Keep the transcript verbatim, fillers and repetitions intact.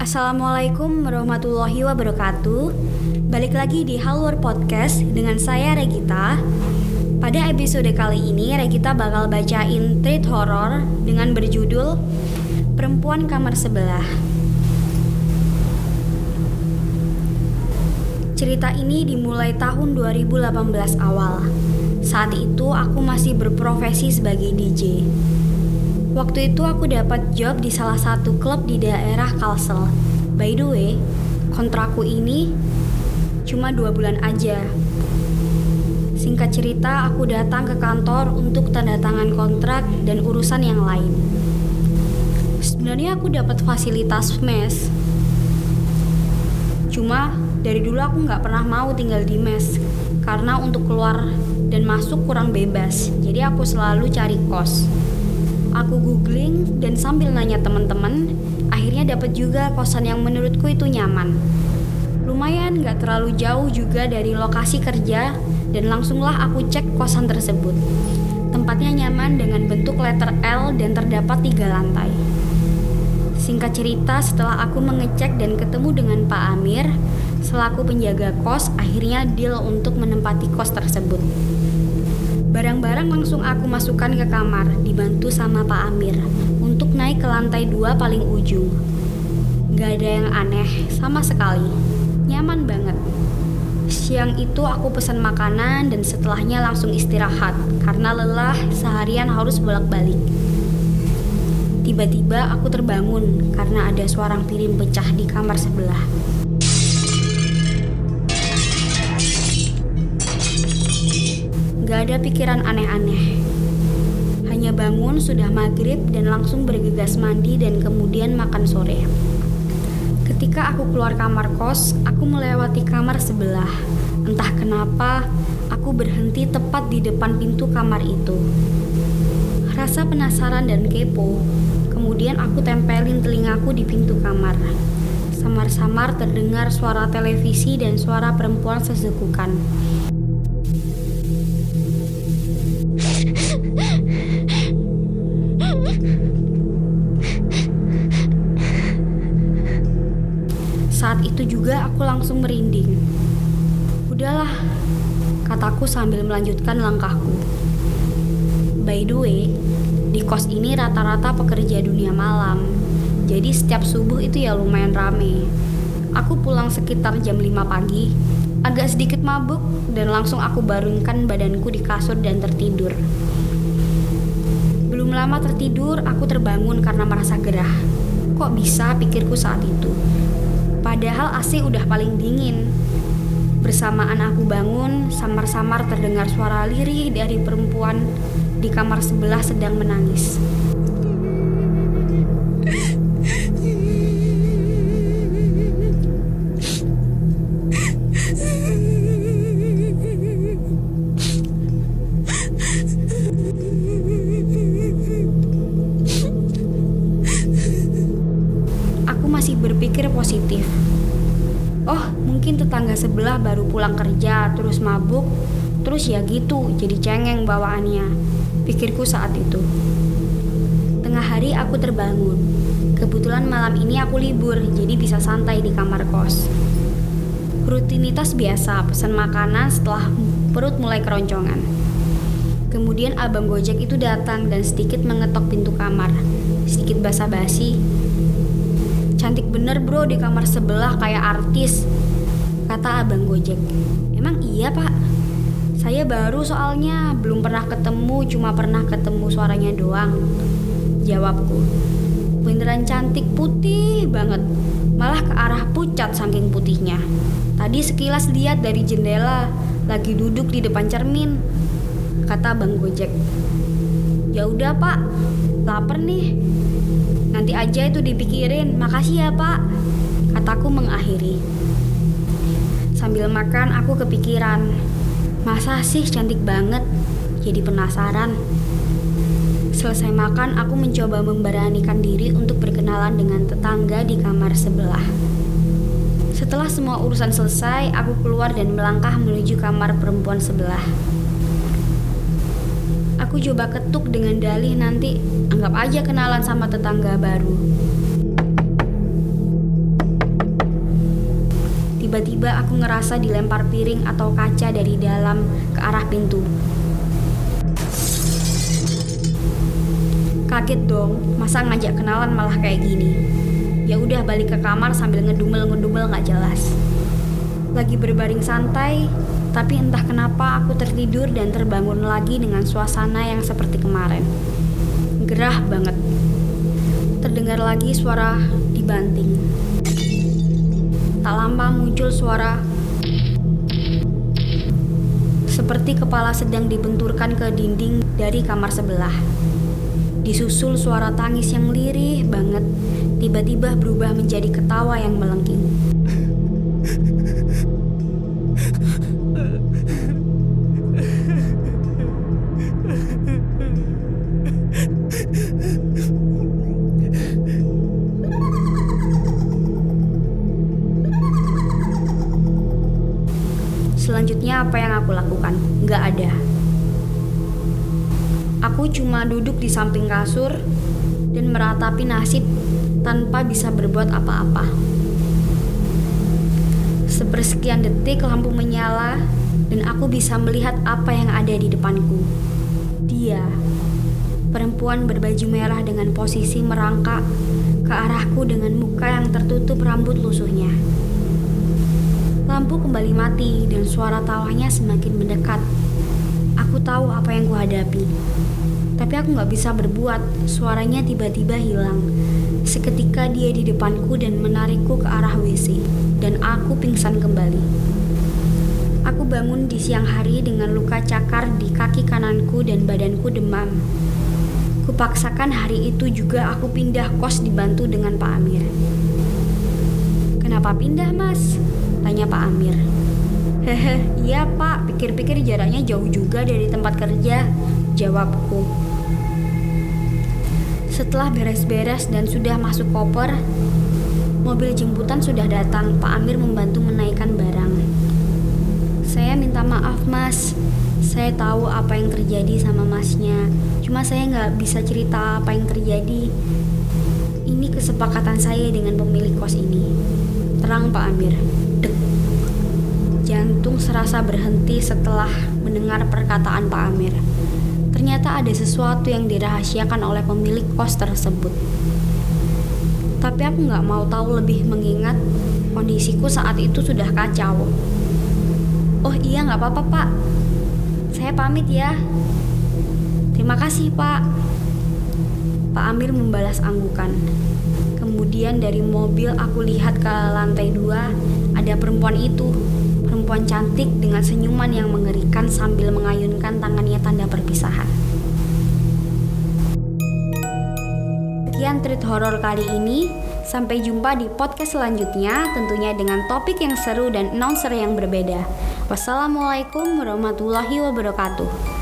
Assalamualaikum warahmatullahi wabarakatuh. Balik lagi di Halwar Podcast dengan saya Regita. Pada episode kali ini Regita bakal bacain treat horror dengan berjudul Perempuan Kamar Sebelah. Cerita ini dimulai tahun dua ribu delapan belas awal. Saat itu aku masih berprofesi sebagai D J. Waktu itu aku dapat job di salah satu klub di daerah Kalsel. By the way, kontrakku ini cuma dua bulan aja. Singkat cerita, aku datang ke kantor untuk tanda tangan kontrak dan urusan yang lain. Sebenarnya aku dapat fasilitas mes. Cuma dari dulu aku gak pernah mau tinggal di mes, karena untuk keluar dan masuk kurang bebas. Jadi aku selalu cari kos. Aku googling dan sambil nanya teman-teman, akhirnya dapat juga kosan yang menurutku itu nyaman. Lumayan gak terlalu jauh juga dari lokasi kerja, dan langsunglah aku cek kosan tersebut. Tempatnya nyaman dengan bentuk letter L dan terdapat tiga lantai. Singkat cerita, setelah aku mengecek dan ketemu dengan Pak Amir selaku penjaga kos, akhirnya deal untuk menempati kos tersebut. Barang-barang langsung aku masukkan ke kamar, dibantu sama Pak Amir untuk naik ke lantai dua paling ujung. Gak ada yang aneh sama sekali, nyaman banget. Siang itu aku pesan makanan dan setelahnya langsung istirahat karena lelah seharian harus bolak-balik. Tiba-tiba aku terbangun karena ada suara piring pecah di kamar sebelah. Gak ada pikiran aneh-aneh. Hanya bangun sudah maghrib dan langsung bergegas mandi dan kemudian makan sore. Ketika aku keluar kamar kos, aku melewati kamar sebelah. Entah kenapa, aku berhenti tepat di depan pintu kamar itu. Rasa penasaran dan kepo, kemudian aku tempelin telingaku di pintu kamar. Samar-samar terdengar suara televisi dan suara perempuan sesekukan. Saat itu juga aku langsung merinding. Udahlah, kataku sambil melanjutkan langkahku. By the way, di kos ini rata-rata pekerja dunia malam. Jadi setiap subuh itu ya lumayan rame. Aku pulang sekitar jam lima pagi, agak sedikit mabuk dan langsung aku baringkan badanku di kasur dan tertidur. Belum lama tertidur, aku terbangun karena merasa gerah. Kok bisa, pikirku saat itu. Padahal A C udah paling dingin. Bersamaan aku bangun, samar-samar terdengar suara lirih dari perempuan di kamar sebelah sedang menangis. Masih berpikir positif. Oh, mungkin tetangga sebelah baru pulang kerja, terus mabuk, terus ya gitu, jadi cengeng bawaannya, pikirku saat itu. Tengah hari aku terbangun. Kebetulan malam ini aku libur, jadi bisa santai di kamar kos. Rutinitas biasa, pesan makanan setelah perut mulai keroncongan. Kemudian abang Gojek itu datang dan sedikit mengetok pintu kamar, sedikit basa-basi. Cantik bener bro di kamar sebelah kayak artis, kata abang Gojek. Emang iya pak? Saya baru soalnya, belum pernah ketemu, cuma pernah ketemu suaranya doang, jawabku. Beneran cantik, putih banget, malah ke arah pucat saking putihnya. Tadi sekilas lihat dari jendela, lagi duduk di depan cermin, kata abang Gojek. Ya udah pak, lapar nih. Nanti aja itu dipikirin, makasih ya pak, kataku mengakhiri. Sambil makan aku kepikiran, masa sih cantik banget, jadi penasaran. Selesai makan aku mencoba memberanikan diri untuk berkenalan dengan tetangga di kamar sebelah. Setelah semua urusan selesai, aku keluar dan melangkah menuju kamar perempuan sebelah. Aku coba ketuk dengan dalih nanti anggap aja kenalan sama tetangga baru. Tiba-tiba aku ngerasa dilempar piring atau kaca dari dalam ke arah pintu. Kaget dong, masa ngajak kenalan malah kayak gini. Ya udah balik ke kamar sambil ngedumel-ngedumel gak jelas. Lagi berbaring santai, tapi entah kenapa aku tertidur dan terbangun lagi dengan suasana yang seperti kemarin. Gerah banget. Terdengar lagi suara dibanting. Tak lama muncul suara seperti kepala sedang dibenturkan ke dinding dari kamar sebelah. Disusul suara tangis yang lirih banget, tiba-tiba berubah menjadi ketawa yang melengking. Selanjutnya apa yang aku lakukan? Nggak ada. Aku cuma duduk di samping kasur dan meratapi nasib tanpa bisa berbuat apa-apa. Sepersekian detik lampu menyala dan aku bisa melihat apa yang ada di depanku. Dia, perempuan berbaju merah dengan posisi merangkak ke arahku dengan muka yang tertutup rambut lusuhnya. Lampu kembali mati dan suara tawanya semakin mendekat. Aku tahu apa yang kuhadapi, tapi aku gak bisa berbuat. Suaranya tiba-tiba hilang. Seketika dia di depanku dan menarikku ke arah W C, dan aku pingsan kembali. Aku bangun di siang hari dengan luka cakar di kaki kananku dan badanku demam. Kupaksakan hari itu juga aku pindah kos dibantu dengan Pak Amir. Kenapa pindah, Mas? Tanya Pak Amir. Hehe, iya Pak, pikir-pikir jaraknya jauh juga dari tempat kerja, jawabku. Setelah beres-beres dan sudah masuk koper, mobil jemputan sudah datang. Pak Amir membantu menaikkan barang. Saya minta maaf Mas, saya tahu apa yang terjadi sama Masnya, cuma saya nggak bisa cerita apa yang terjadi. Ini kesepakatan saya dengan pemilik kos ini, terang Pak Amir. Dek. Jantung serasa berhenti setelah mendengar perkataan Pak Amir. Ternyata ada sesuatu yang dirahasiakan oleh pemilik kos tersebut. Tapi aku gak mau tahu lebih mengingat kondisiku saat itu sudah kacau. Oh iya gak apa-apa Pak, saya pamit ya. Terima kasih Pak. Pak Amir membalas anggukan. Kemudian dari mobil aku lihat ke lantai dua, ada perempuan itu. Perempuan cantik dengan senyuman yang mengerikan sambil mengayunkan tangannya tanda perpisahan. Sekian treat horor kali ini. Sampai jumpa di podcast selanjutnya, tentunya dengan topik yang seru dan announcer yang berbeda. Wassalamualaikum warahmatullahi wabarakatuh.